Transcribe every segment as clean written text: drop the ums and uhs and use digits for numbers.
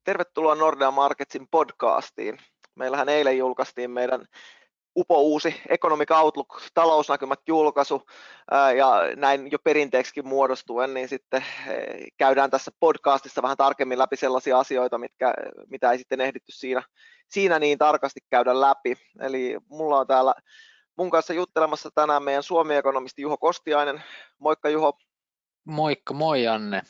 Tervetuloa Nordea Marketsin podcastiin. Meillähän eilen julkaistiin meidän upouusi Economic Outlook talousnäkymät julkaisu ja näin jo perinteeksikin muodostuen, niin sitten käydään tässä podcastissa vähän tarkemmin läpi sellaisia asioita, mitä ei sitten ehditty siinä niin tarkasti käydä läpi. Eli mulla on täällä mun kanssa juttelemassa tänään meidän Suomi-ekonomisti Juho Kostiainen. Moikka Juho. Moikka, moi Janne.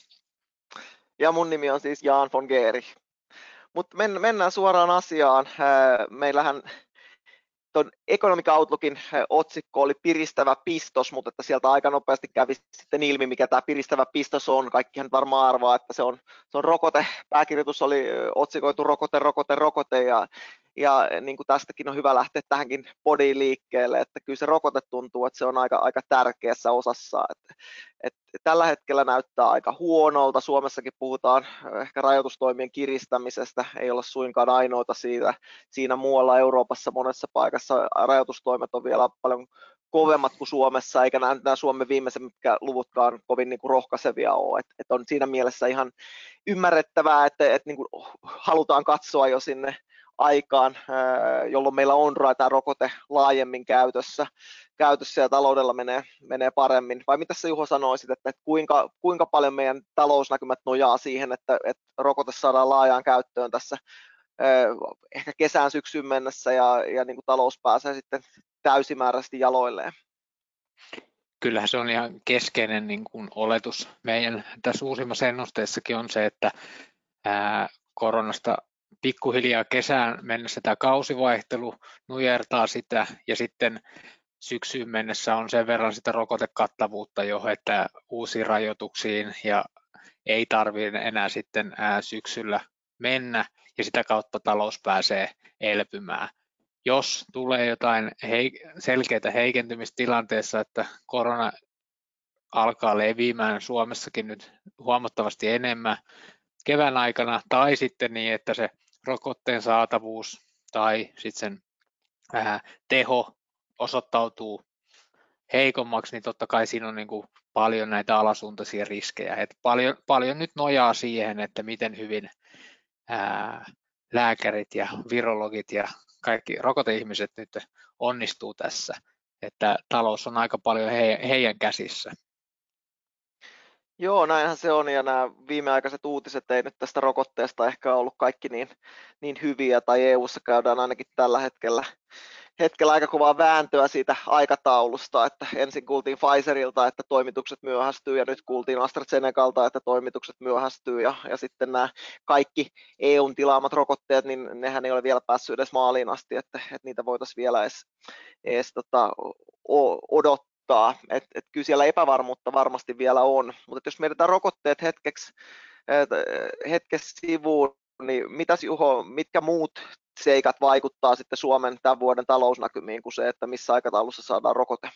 Ja mun nimi on siis Jan von Geeri. Mutta mennään suoraan asiaan. Meillähän tuon Economic Outlookin otsikko oli piristävä pistos, mutta että sieltä aika nopeasti kävi sitten ilmi, mikä tämä piristävä pistos on. Kaikkihan varmaan arvaa, että se on rokote. Pääkirjoitus oli otsikoitu rokote ja niin kuin tästäkin on hyvä lähteä tähänkin podiin liikkeelle, että kyllä se rokote tuntuu, että se on aika tärkeässä osassa. Että tällä hetkellä näyttää aika huonolta. Suomessakin puhutaan ehkä rajoitustoimien kiristämisestä, ei olla suinkaan ainoita siinä muualla Euroopassa monessa paikassa. Rajoitustoimet on vielä paljon kovemmat kuin Suomessa, eikä nämä Suomen viimeisemmät luvutkaan kovin niin kuin rohkaisevia ole. Et on siinä mielessä ihan ymmärrettävää, että niin kuin halutaan katsoa jo sinne aikaan, jolloin meillä on tämä rokote laajemmin käytössä ja taloudella menee paremmin. Vai mitä sä Juho sanoisit, että kuinka paljon meidän talousnäkymät nojaa siihen, että rokote saadaan laajaan käyttöön tässä ehkä kesään syksyyn mennessä ja niin kuin talous pääsee sitten täysimääräisesti jaloilleen? Kyllähän se on ihan keskeinen niin kuin oletus. Meidän tässä uusimmassa ennusteessakin on se, että koronasta pikkuhiljaa kesään mennessä tämä kausivaihtelu nujertaa sitä ja sitten syksyyn mennessä on sen verran sitä rokotekattavuutta jo, että uusiin rajoituksiin ja ei tarvitse enää sitten syksyllä mennä ja sitä kautta talous pääsee elpymään. Jos tulee jotain selkeää heikentymistilanteessa, että korona alkaa leviämään Suomessakin nyt huomattavasti enemmän kevään aikana, tai sitten niin, että se rokotteen saatavuus tai sitten sen teho osoittautuu heikommaksi, niin totta kai siinä on niin kuin paljon näitä alasuuntaisia riskejä. Et paljon nyt nojaa siihen, että miten hyvin lääkärit ja virologit ja kaikki rokoteihmiset nyt onnistuu tässä, että talous on aika paljon heidän käsissä. Joo, näinhän se on, ja nämä viimeaikaiset uutiset ei nyt tästä rokotteesta ehkä ollut kaikki niin hyviä, tai EU:ssa käydään ainakin tällä hetkellä aika kovaa vääntöä siitä aikataulusta, että ensin kuultiin Pfizerilta, että toimitukset myöhästyy, ja nyt kuultiin AstraZenecalta, että toimitukset myöhästyy, ja sitten nämä kaikki EUn tilaamat rokotteet, niin nehän ei ole vielä päässyt edes maaliin asti, että niitä voitaisiin vielä edes odottaa. Että kyllä siellä epävarmuutta varmasti vielä on, mutta jos mietitään rokotteet hetkeksi sivuun, niin mitäs Juho, mitkä muut seikat vaikuttaa sitten Suomen tämän vuoden talousnäkymiin kuin se, että missä aikataulussa saadaan rokote?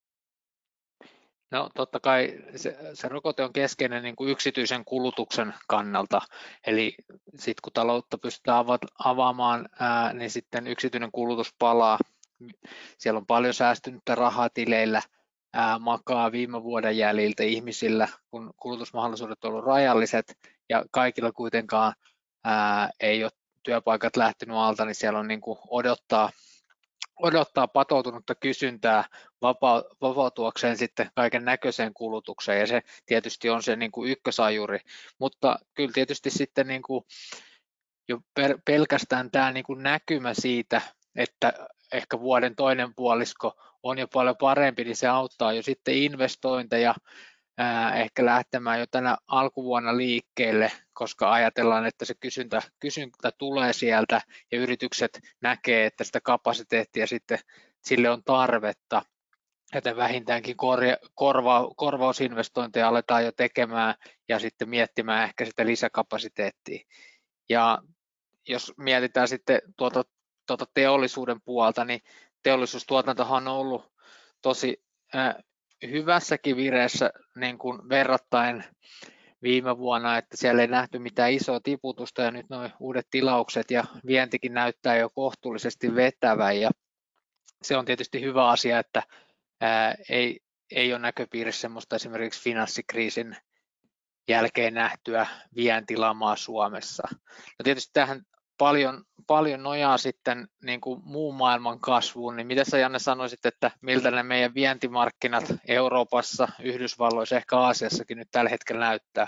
No totta kai se rokote on keskeinen niin kuin yksityisen kulutuksen kannalta, eli sitten kun taloutta pystytään avaamaan, niin sitten yksityinen kulutus palaa. Siellä on paljon säästynyttä rahaa tileillä, makaa viime vuoden jäljiltä ihmisillä, kun kulutusmahdollisuudet ovat olleet rajalliset ja kaikilla kuitenkaan ei ole työpaikat lähtenyt alta, niin siellä on niin kuin odottaa patoutunutta kysyntää vapautuakseen sitten kaiken näköiseen kulutukseen, ja se tietysti on se niin kuin ykkösajuri, mutta kyllä tietysti sitten niin kuin jo pelkästään tämä niin kuin näkymä siitä, että ehkä vuoden toinen puolisko on jo paljon parempi, niin se auttaa jo sitten investointeja ehkä lähtemään jo tänä alkuvuonna liikkeelle, koska ajatellaan, että se kysyntä tulee sieltä ja yritykset näkee, että sitä kapasiteettia sitten sille on tarvetta, joten vähintäänkin korvausinvestointeja aletaan jo tekemään ja sitten miettimään ehkä sitä lisäkapasiteettia. Ja jos mietitään sitten tuota teollisuuden puolta, niin teollisuustuotantohan on ollut tosi hyvässäkin vireessä niin kuin verrattain viime vuonna, että siellä ei nähty mitään isoa tiputusta ja nyt nuo uudet tilaukset ja vientikin näyttää jo kohtuullisesti vetävän ja se on tietysti hyvä asia, että ei ole näköpiirissä semmoista esimerkiksi finanssikriisin jälkeen nähtyä vientilamaa Suomessa. No tietysti tähän paljon nojaa sitten niin kuin muun maailman kasvuun, niin miten sä, Janne, sanoisit, että miltä ne meidän vientimarkkinat Euroopassa, Yhdysvalloissa, ehkä Aasiassakin nyt tällä hetkellä näyttää?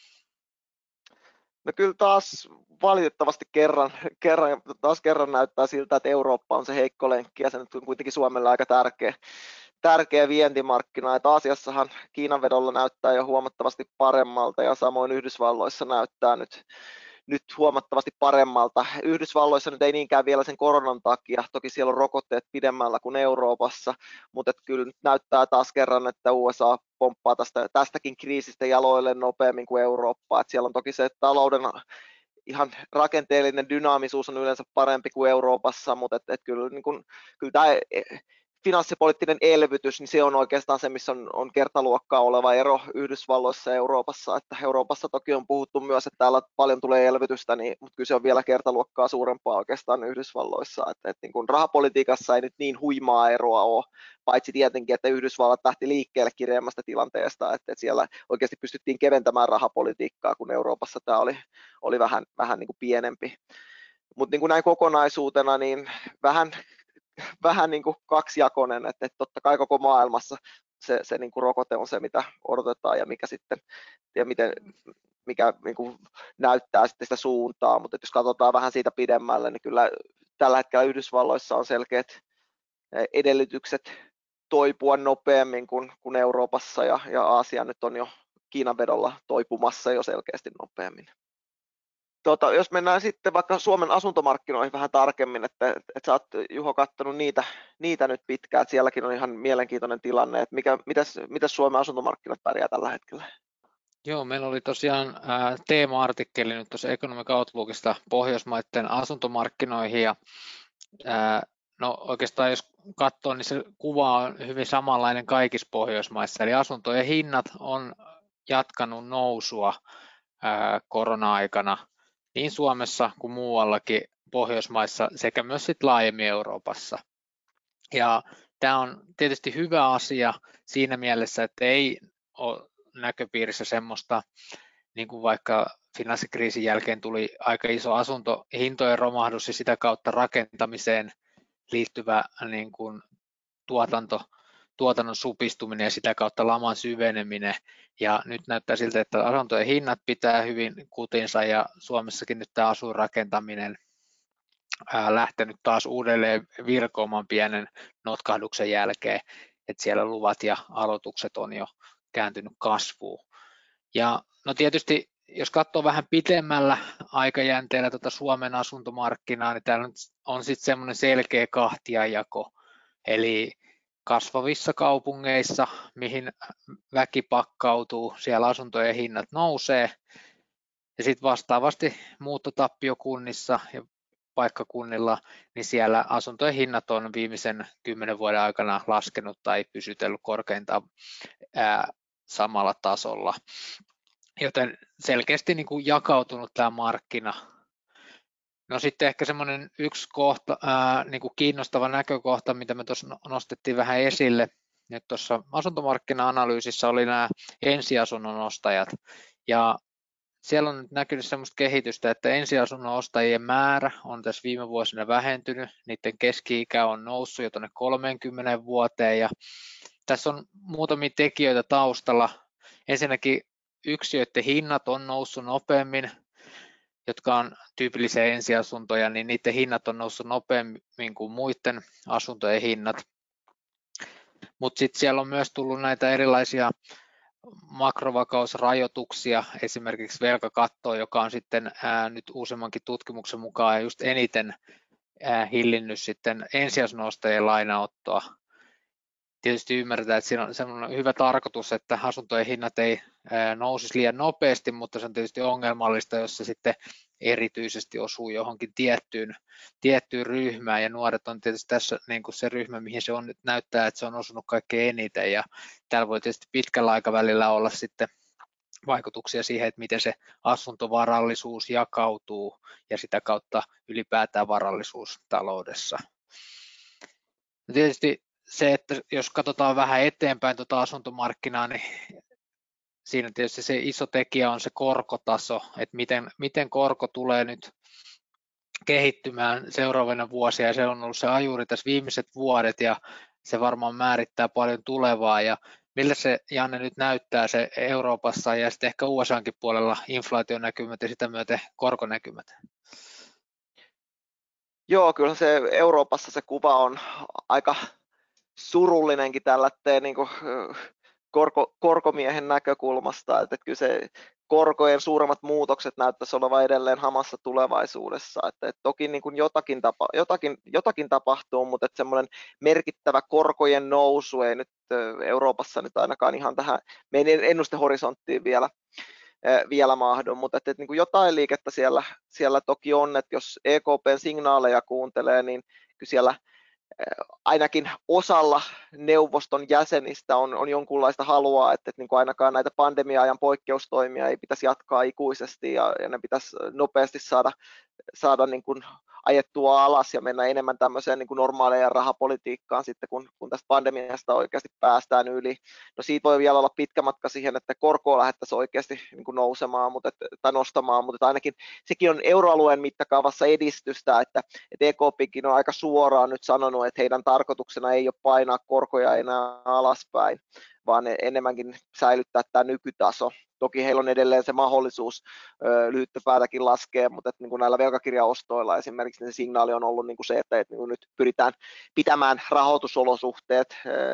No kyllä taas valitettavasti kerran näyttää siltä, että Eurooppa on se heikko lenkki ja se nyt on kuitenkin Suomelle aika tärkeä vientimarkkina. Että Aasiassahan Kiinan vedolla näyttää jo huomattavasti paremmalta ja samoin Yhdysvalloissa näyttää nyt huomattavasti paremmalta. Yhdysvalloissa nyt ei niinkään vielä sen koronan takia, toki siellä on rokotteet pidemmällä kuin Euroopassa, mutta kyllä nyt näyttää taas kerran, että USA pomppaa tästäkin kriisistä jaloille nopeammin kuin Eurooppa. Et siellä on toki se talouden ihan rakenteellinen dynaamisuus on yleensä parempi kuin Euroopassa, mutta kyllä tämä finanssipoliittinen elvytys, niin se on oikeastaan se, missä on kertaluokkaa oleva ero Yhdysvalloissa ja Euroopassa. Että Euroopassa toki on puhuttu myös, että täällä paljon tulee elvytystä, mutta kyllä se on vielä kertaluokkaa suurempaa oikeastaan Yhdysvalloissa. Että niin kuin rahapolitiikassa ei nyt niin huimaa eroa ole, paitsi tietenkin, että Yhdysvallat lähti liikkeelle kireemmästä tilanteesta, että siellä oikeasti pystyttiin keventämään rahapolitiikkaa, kun Euroopassa tämä oli vähän niin kuin pienempi. Mutta niin kuin näin kokonaisuutena, niin vähän niin kuin kaksijakoinen, että totta kai koko maailmassa se niin kuin rokote on se, mitä odotetaan ja mikä niin kuin näyttää sitten sitä suuntaa, mutta jos katsotaan vähän siitä pidemmälle, niin kyllä tällä hetkellä Yhdysvalloissa on selkeät edellytykset toipua nopeammin kuin Euroopassa ja Aasia nyt on jo Kiinan vedolla toipumassa jo selkeästi nopeammin. Jos mennään sitten vaikka Suomen asuntomarkkinoihin vähän tarkemmin, että sä oot, Juho, katsonut niitä nyt pitkään, että sielläkin on ihan mielenkiintoinen tilanne, että mitäs Suomen asuntomarkkinat pärjää tällä hetkellä? Joo, meillä oli tosiaan teema-artikkeli nyt tuossa Economic Outlookista Pohjoismaiden asuntomarkkinoihin ja no oikeastaan jos katsoo, niin se kuva on hyvin samanlainen kaikissa Pohjoismaissa, eli asuntojen hinnat on jatkanut nousua korona-aikana niin Suomessa kuin muuallakin Pohjoismaissa sekä myös sit laajemmin Euroopassa. Ja tämä on tietysti hyvä asia siinä mielessä, että ei ole näköpiirissä semmoista, niin kuin vaikka finanssikriisin jälkeen tuli aika iso asuntohintojen romahdus ja sitä kautta rakentamiseen liittyvä niin kuin tuotannon supistuminen ja sitä kautta laman syveneminen. Ja nyt näyttää siltä, että asuntojen hinnat pitää hyvin kutinsa ja Suomessakin nyt tämä asuinrakentaminen lähtenyt taas uudelleen virkoamaan pienen notkahduksen jälkeen, että siellä luvat ja aloitukset on jo kääntynyt kasvuun. Ja no tietysti jos katsoo vähän pitemmällä aikajänteellä Suomen asuntomarkkinaa, niin täällä on sitten semmoinen selkeä kahtiajako, eli kasvavissa kaupungeissa, mihin väki pakkautuu, siellä asuntojen hinnat nousee, ja sitten vastaavasti muuttotappiokunnissa ja paikkakunnilla, niin siellä asuntojen hinnat on viimeisen 10 vuoden aikana laskenut tai pysytellyt korkeintaan samalla tasolla. Joten selkeästi niin kuin jakautunut tämä markkina. No sitten ehkä semmoinen yksi kohta, niin kuin kiinnostava näkökohta, mitä me tuossa nostettiin vähän esille, nyt tuossa asuntomarkkina-analyysissä oli nämä ensiasunnon ostajat, ja siellä on nyt näkynyt semmoista kehitystä, että ensiasunnon ostajien määrä on tässä viime vuosina vähentynyt, niiden keski-ikä on noussut jo tuonne 30 vuoteen, ja tässä on muutamia tekijöitä taustalla. Ensinnäkin yksiöiden hinnat on noussut nopeammin, jotka on tyypillisiä ensiasuntoja, niin niiden hinnat on noussut nopeammin kuin muiden asuntojen hinnat. Mutta sitten siellä on myös tullut näitä erilaisia makrovakausrajoituksia, esimerkiksi velkakattoa, joka on sitten nyt uusimmankin tutkimuksen mukaan just eniten hillinnyt sitten ensiasunnon ostajien lainaottoa. Tietysti ymmärretään, että siinä on sellainen hyvä tarkoitus, että asuntojen hinnat ei nousisi liian nopeasti, mutta se on tietysti ongelmallista, jos se sitten erityisesti osuu johonkin tiettyyn ryhmään, ja nuoret on tietysti tässä niin kuin se ryhmä, mihin se on nyt näyttää, että se on osunut kaikkein eniten, ja täällä voi tietysti pitkällä aikavälillä olla sitten vaikutuksia siihen, että miten se asuntovarallisuus jakautuu, ja sitä kautta ylipäätään varallisuus taloudessa. Ja tietysti se, että jos katsotaan vähän eteenpäin asuntomarkkinaa, niin siinä tietysti se iso tekijä on se korkotaso, että miten korko tulee nyt kehittymään seuraavina vuosia, ja se on ollut se ajuri tässä viimeiset vuodet, ja se varmaan määrittää paljon tulevaa, ja millä se, Janne, nyt näyttää se Euroopassa ja sitten ehkä USA:nkin puolella inflaationäkymät ja sitä myöten korkonäkymät? Joo, kyllä se Euroopassa se kuva on aika surullinenkin tällä niin kuin korkomiehen näkökulmasta, että kyllä se korkojen suuremmat muutokset näyttäisi olevan edelleen hamassa tulevaisuudessa, että toki niin kuin jotakin tapahtuu, mutta että semmoinen merkittävä korkojen nousu ei nyt Euroopassa nyt ainakaan ihan tähän meidän ennustehorisonttiin vielä mahdu, mutta että niin kuin jotain liikettä siellä toki on, että jos EKPn signaaleja kuuntelee, niin kyllä siellä ainakin osalla neuvoston jäsenistä on jonkunlaista halua, että niin kuin ainakaan näitä pandemia-ajan poikkeustoimia ei pitäisi jatkaa ikuisesti ja ne pitäisi nopeasti saada niin kuin ajettua alas ja mennä enemmän tämmöiseen niin kuin normaaleja rahapolitiikkaan sitten, kun tästä pandemiasta oikeasti päästään yli. No siitä voi vielä olla pitkä matka siihen, että korkoa lähdettäisiin oikeasti niin kuin nousemaan tai nostamaan, mutta ainakin sekin on euroalueen mittakaavassa edistystä, että EKPkin on aika suoraan nyt sanonut, että heidän tarkoituksena ei ole painaa korkoja enää alaspäin, vaan enemmänkin säilyttää tämä nykytaso. Toki heillä on edelleen se mahdollisuus lyhyttä päätäkin laskea, mutta että niin kuin näillä velkakirjaostoilla esimerkiksi niin se signaali on ollut niin kuin se, että niin kuin nyt pyritään pitämään rahoitusolosuhteet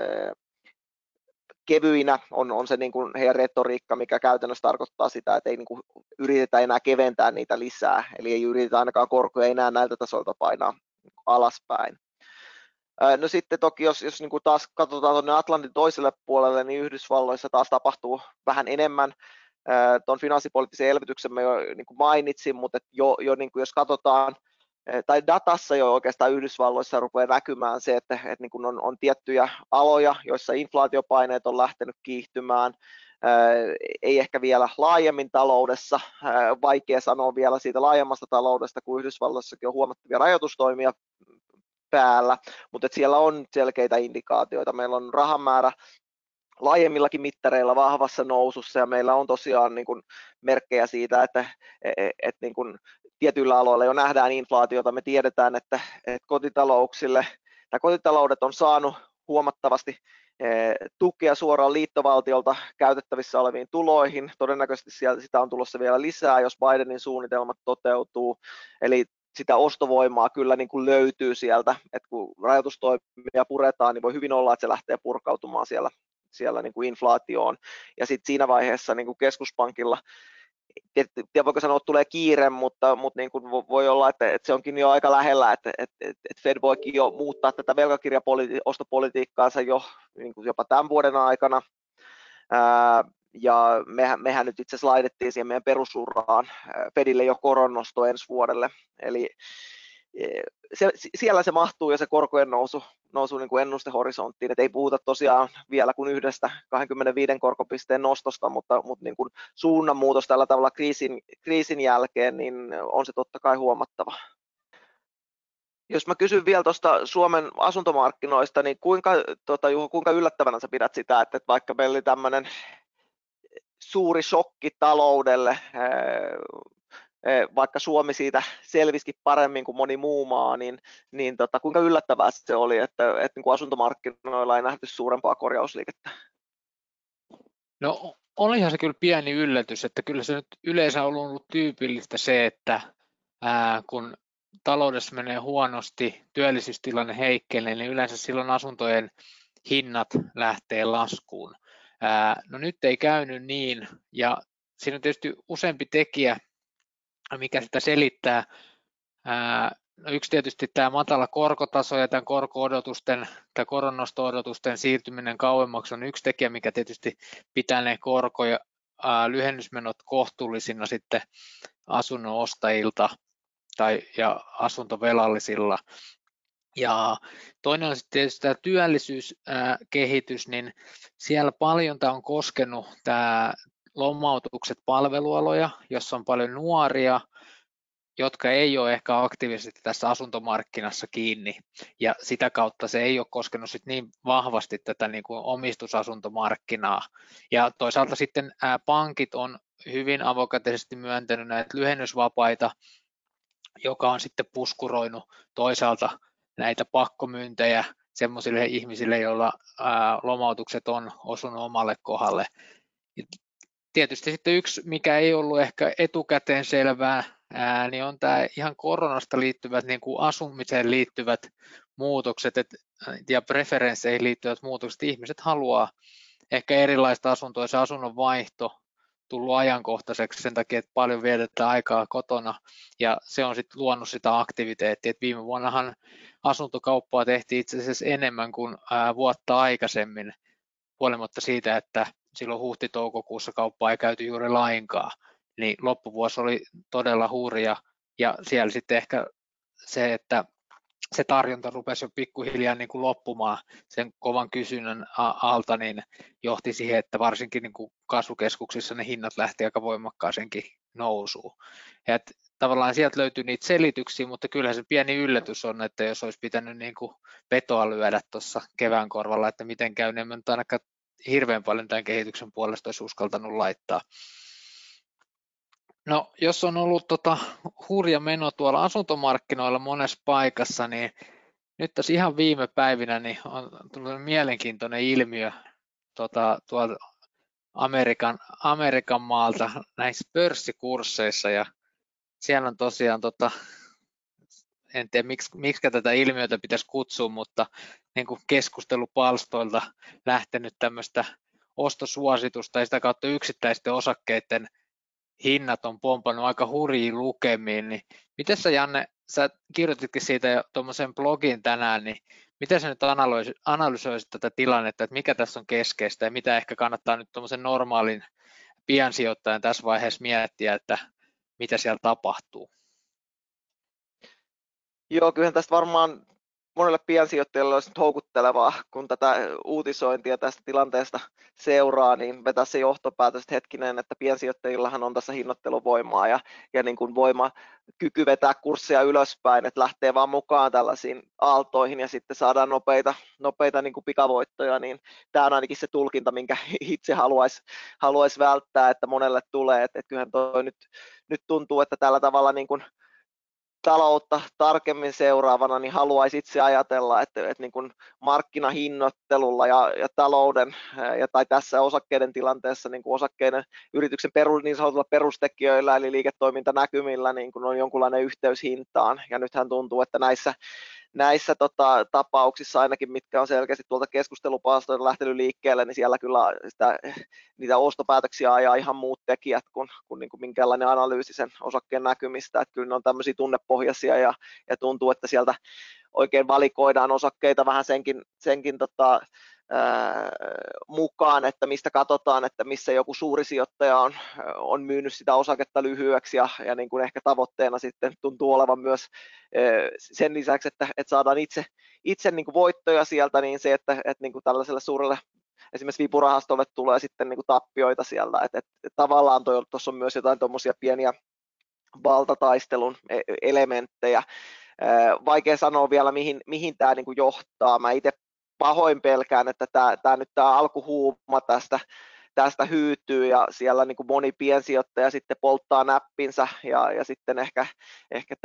kevyinä, on se niin kuin heidän retoriikka, mikä käytännössä tarkoittaa sitä, että ei niin kuin yritetä enää keventää niitä lisää, eli ei yritetä ainakaan korkoja enää näiltä tasoilta painaa alaspäin. No sitten toki, jos niin kuin taas katsotaan tuonne Atlantin toiselle puolelle, niin Yhdysvalloissa taas tapahtuu vähän enemmän. Tuon finanssipoliittisen elvytyksen mä jo niin kuin mainitsin, mutta jo niin kuin jos katsotaan, tai datassa jo oikeastaan Yhdysvalloissa rupeaa näkymään se, että niin kuin on tiettyjä aloja, joissa inflaatiopaineet on lähtenyt kiihtymään, ei ehkä vielä laajemmin taloudessa, vaikea sanoa vielä siitä laajemmasta taloudesta, kun Yhdysvalloissakin on huomattavia rajoitustoimia päällä, mutta siellä on selkeitä indikaatioita. Meillä on rahan määrä laajemmillakin mittareilla vahvassa nousussa ja meillä on tosiaan niin kuin merkkejä siitä, että niin kuin tietyillä aloilla jo nähdään inflaatiota. Me tiedetään, että kotitaloudet on saanut huomattavasti tukea suoraan liittovaltiolta käytettävissä oleviin tuloihin. Todennäköisesti sitä on tulossa vielä lisää, jos Bidenin suunnitelmat toteutuu. Eli sitä ostovoimaa kyllä niin kuin löytyy sieltä, että kun rajoitustoimia puretaan, niin voi hyvin olla, että se lähtee purkautumaan siellä niin kuin inflaatioon. Ja sitten siinä vaiheessa niin kuin keskuspankilla, voiko sanoa, että tulee kiire, mutta niin kuin voi olla, että se onkin jo aika lähellä, että Fed voikin jo muuttaa tätä velkakirjaostopolitiikkaansa jo niin kuin jopa tämän vuoden aikana. Ja mehän nyt itse asiassa laitettiin siihen meidän perusuraan Fedille jo koronnosto ensi vuodelle, eli siellä se mahtuu jo se korkojen nousu niin kuin ennustehorisonttiin, että ei puhuta tosiaan vielä kuin yhdestä 25 korkopisteen nostosta, mutta niin kuin suunnanmuutos tällä tavalla kriisin jälkeen, niin on se totta kai huomattava. Jos mä kysyn vielä tuosta Suomen asuntomarkkinoista, niin kuinka yllättävänä sä pidät sitä, että vaikka meillä oli tämmöinen suuri shokki taloudelle, vaikka Suomi siitä selvisikin paremmin kuin moni muu maa, niin kuinka yllättävää se oli, että niin kuin asuntomarkkinoilla ei nähty suurempaa korjausliikettä? No olihan se kyllä pieni yllätys, että kyllä se nyt yleensä on ollut tyypillistä se, että kun taloudessa menee huonosti, työllisyystilanne heikkenee, niin yleensä silloin asuntojen hinnat lähtee laskuun. No nyt ei käynyt niin, ja siinä on tietysti useampi tekijä, mikä sitä selittää. No yksi tietysti tämä matala korkotaso ja tämän korko-odotusten tai koronnosto-odotusten siirtyminen kauemmaksi on yksi tekijä, mikä tietysti pitää ne korko- ja lyhennysmenot kohtuullisina sitten asunnon ostajilta ja asuntovelallisilla. Ja toinen on sitten tietysti tämä työllisyyskehitys, niin siellä paljon tämä on koskenut tämä lomautukset palvelualoja, jossa on paljon nuoria, jotka ei ole ehkä aktiivisesti tässä asuntomarkkinassa kiinni, ja sitä kautta se ei ole koskenut sit niin vahvasti tätä niin kuin omistusasuntomarkkinaa. Ja toisaalta sitten pankit on hyvin avokätisesti myöntänyt näitä lyhennysvapaita, joka on sitten puskuroinut toisaalta näitä pakkomyyntejä semmoisille ihmisille, joilla lomautukset on osunut omalle kohdalle. Tietysti sitten yksi, mikä ei ollut ehkä etukäteen selvää, niin on tämä ihan koronasta liittyvät niin kuin asumiseen liittyvät muutokset ja preferensseihin liittyvät muutokset. Ihmiset haluaa ehkä erilaista asuntoa, se asunnon vaihto tullut ajankohtaiseksi sen takia, että paljon vietetään aikaa kotona, ja se on sitten luonut sitä aktiviteettia. Et viime vuonnahan asuntokauppaa tehtiin itse asiassa enemmän kuin vuotta aikaisemmin, huolimatta siitä, että silloin huhti-toukokuussa kauppaa ei käyty juuri lainkaan, niin loppuvuosi oli todella hurja, ja siellä sitten ehkä se, että se tarjonta rupesi jo pikkuhiljaa niin kuin loppumaan sen kovan kysynnän alta, niin johti siihen, että varsinkin niin kuin kasvukeskuksissa ne hinnat lähti aika voimakkaaseenkin nousuun. Ja tavallaan sieltä löytyy niitä selityksiä, mutta kyllähän se pieni yllätys on, että jos olisi pitänyt niin kuin vetoa lyödä tuossa kevään korvalla, että miten käy, niin en nyt ainakaan hirveän paljon tämän kehityksen puolesta olisi uskaltanut laittaa. No, jos on ollut hurja meno tuolla asuntomarkkinoilla monessa paikassa, niin nyt tässä ihan viime päivinä niin on tullut mielenkiintoinen ilmiö tuolta Amerikan maalta näissä pörssikursseissa, ja siellä on tosiaan, en tiedä miksi tätä ilmiötä pitäisi kutsua, mutta niin kuin keskustelupalstoilta lähtenyt tämmöistä ostosuositusta, ja sitä kautta yksittäisten osakkeiden hinnat on pompannut aika hurjiin lukemiin, niin miten sä, Janne, sä kirjoititkin siitä jo tuommoisen blogin tänään, niin miten sä nyt analysoisit tätä tilannetta, että mikä tässä on keskeistä ja mitä ehkä kannattaa nyt tuommoisen normaalin piensijoittajan tässä vaiheessa miettiä, että mitä siellä tapahtuu? Joo, kyllähän tästä varmaan monelle piensijoittajalle olisi nyt houkuttelevaa, kun tätä uutisointia tästä tilanteesta seuraa, niin vetää se johtopäätös hetkinen, että piensijoittajillahan on tässä hinnoitteluvoimaa ja niin kuin kyky vetää kursseja ylöspäin, että lähtee vaan mukaan tällaisiin aaltoihin ja sitten saadaan nopeita niin kuin pikavoittoja, niin tämä on ainakin se tulkinta, minkä itse haluaisi välttää, että monelle tulee, että kyllähän toi nyt tuntuu, että tällä tavalla niin kuin taloutta tarkemmin seuraavana, niin haluaisi itse ajatella, että niin kuin markkinahinnoittelulla ja talouden tai tässä osakkeiden tilanteessa niin kuin osakkeiden yrityksen niin sanotulla perustekijöillä eli liiketoimintanäkymillä niin kuin on jonkunlainen yhteys hintaan, ja nythän tuntuu, että näissä tapauksissa ainakin, mitkä on selkeästi tuolta keskustelupalstoilta lähtenyt liikkeelle, niin siellä kyllä niitä ostopäätöksiä ajaa ihan muut tekijät kuin minkäänlainen analyysi sen osakkeen näkymistä. Että kyllä ne on tämmöisiä tunnepohjaisia ja tuntuu, että sieltä oikein valikoidaan osakkeita vähän senkin mukaan, että mistä katsotaan, että missä joku suuri sijoittaja on myynyt sitä osaketta lyhyeksi ja niin kuin ehkä tavoitteena sitten tuntuu olevan myös sen lisäksi, että saadaan itse niin kuin voittoja sieltä, niin se, että niin kuin tällaiselle suurelle esimerkiksi vipurahastolle tulee sitten niin kuin tappioita sieltä, että tavallaan tuossa on myös jotain tuommoisia pieniä valtataistelun elementtejä. Vaikea sanoa vielä, mihin tämä niin kuin johtaa. Mä itse pahoin pelkään, että tämä alkuhuuma tästä hyytyy ja siellä niin kuin moni piensijoittaja sitten polttaa näppinsä ja sitten ehkä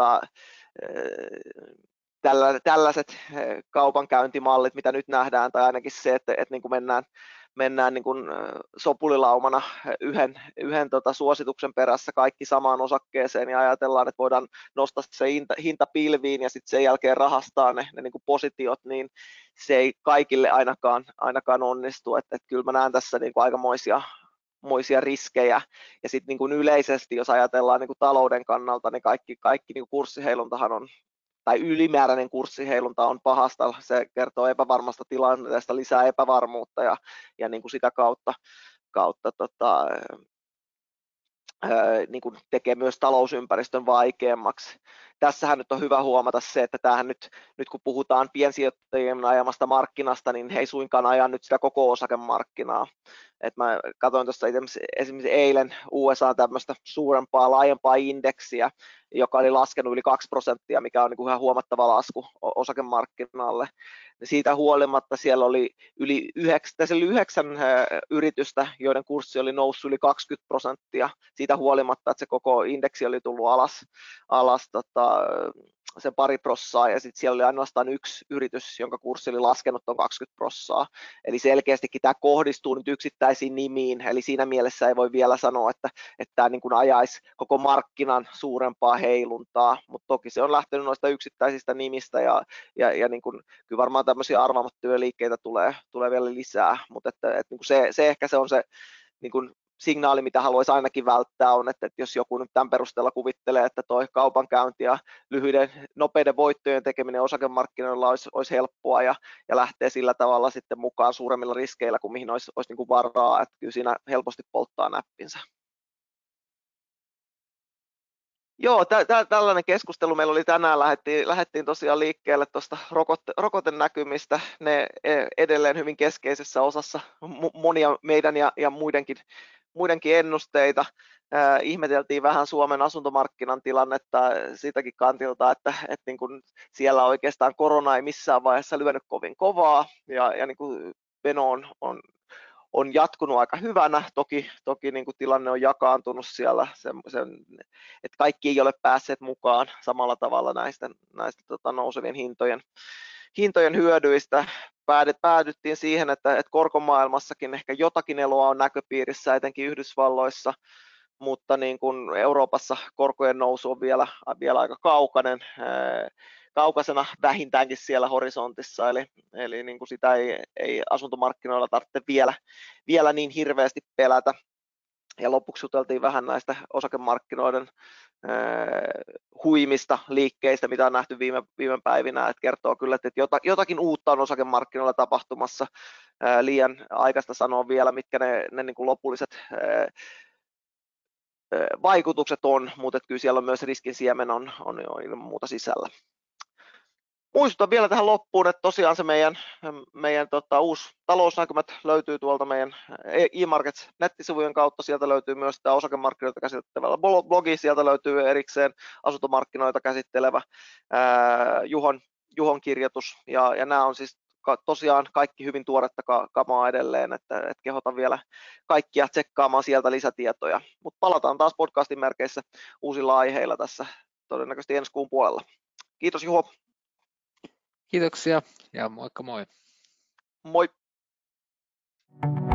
tällaiset kaupankäyntimallit, mitä nyt nähdään, tai ainakin se, että niin kuin mennään niin kuin sopulilaumana yhden suosituksen perässä kaikki samaan osakkeeseen ja ajatellaan, että voidaan nostaa se hinta pilviin ja sitten sen jälkeen rahastaa ne niin kuin positiot, niin se ei kaikille ainakaan onnistu. Että kyllä mä näen tässä niin kuin aikamoisia riskejä, ja sitten niin kuin yleisesti, jos ajatellaan niin kuin talouden kannalta, niin kaikki niin kuin kurssiheiluntahan on, tai ylimääräinen kurssiheilunta on pahasta, se kertoo epävarmasta tilanteesta, lisää epävarmuutta ja niin kuin sitä kautta niin kuin tekee myös talousympäristön vaikeammaksi. Tässähän nyt on hyvä huomata se, että tämähän nyt kun puhutaan piensijoittajien ajamasta markkinasta, niin he ei suinkaan aja nyt sitä koko osakemarkkinaa. Et mä katsoin tuossa esimerkiksi eilen USA tämmöistä suurempaa, laajempaa indeksiä, joka oli laskenut yli 2%, mikä on niin kuin ihan huomattava lasku osakemarkkinalle. Siitä huolimatta siellä oli yli 9 yritystä, joiden kurssi oli noussut yli 20%, siitä huolimatta, että se koko indeksi oli tullut alas sen 2%, ja sitten siellä oli ainoastaan yksi yritys, jonka kurssi oli laskenut on 20%. Eli selkeästikin tämä kohdistuu nyt yksittäisiin nimiin, eli siinä mielessä ei voi vielä sanoa, että tämä niin kuin ajaisi koko markkinan suurempaa heiluntaa, mutta toki se on lähtenyt noista yksittäisistä nimistä, ja niin kuin, kyllä varmaan tämmöisiä arvaamattomia liikkeitä tulee vielä lisää, mutta niin kuin se ehkä se on se niin kuin signaali, mitä haluaisi ainakin välttää, on, että jos joku nyt tämän perusteella kuvittelee, että tuo kaupankäynti ja nopeiden voittojen tekeminen osakemarkkinoilla olisi helppoa ja lähtee sillä tavalla sitten mukaan suuremmilla riskeillä kuin mihin olisi niin kuin varaa, että kyllä siinä helposti polttaa näppinsä. Joo, tällainen keskustelu meillä oli tänään. Lähdettiin tosiaan liikkeelle tuosta rokotenäkymistä. Ne edelleen hyvin keskeisessä osassa monia meidän ja muidenkin ennusteita. Ihmeteltiin vähän Suomen asuntomarkkinan tilannetta siitäkin kantilta, että niin kuin siellä oikeastaan korona ei missään vaiheessa lyönyt kovin kovaa ja niin kuin meno on jatkunut aika hyvänä, toki niin kuin tilanne on jakaantunut siellä, että kaikki ei ole päässeet mukaan samalla tavalla näistä nousevien hintojen hyödyistä. Päädyttiin siihen, että korkomaailmassakin ehkä jotakin eloa on näköpiirissä, etenkin Yhdysvalloissa, mutta niin kuin Euroopassa korkojen nousu on vielä aika kaukaisena vähintäänkin siellä horisontissa, eli niin kuin sitä ei asuntomarkkinoilla tarvitse vielä niin hirveästi pelätä. Ja lopuksi juteltiin vähän näistä osakemarkkinoiden huimista liikkeistä, mitä on nähty viime päivinä, että kertoo kyllä, että jotakin uutta on osakemarkkinoilla tapahtumassa. Liian aikaista sanoa vielä, mitkä ne niin kuin lopulliset vaikutukset on, mutta kyllä siellä on myös riskin siemen on ilman muuta sisällä. Muistutan vielä tähän loppuun, että tosiaan se meidän uusi talousnäkymät löytyy tuolta meidän eMarkets nettisivujen kautta. Sieltä löytyy myös tämä osakemarkkinoita käsittelevä blogi, sieltä löytyy erikseen asuntomarkkinoita käsittelevä Juhon kirjoitus. Ja nämä on siis tosiaan kaikki hyvin tuoretta kamaa edelleen, että kehotan vielä kaikkia tsekkaamaan sieltä lisätietoja. Mutta palataan taas podcastin merkeissä uusilla aiheilla tässä todennäköisesti ensi kuun puolella. Kiitos Juho. Kiitoksia ja moikka moi. Moi.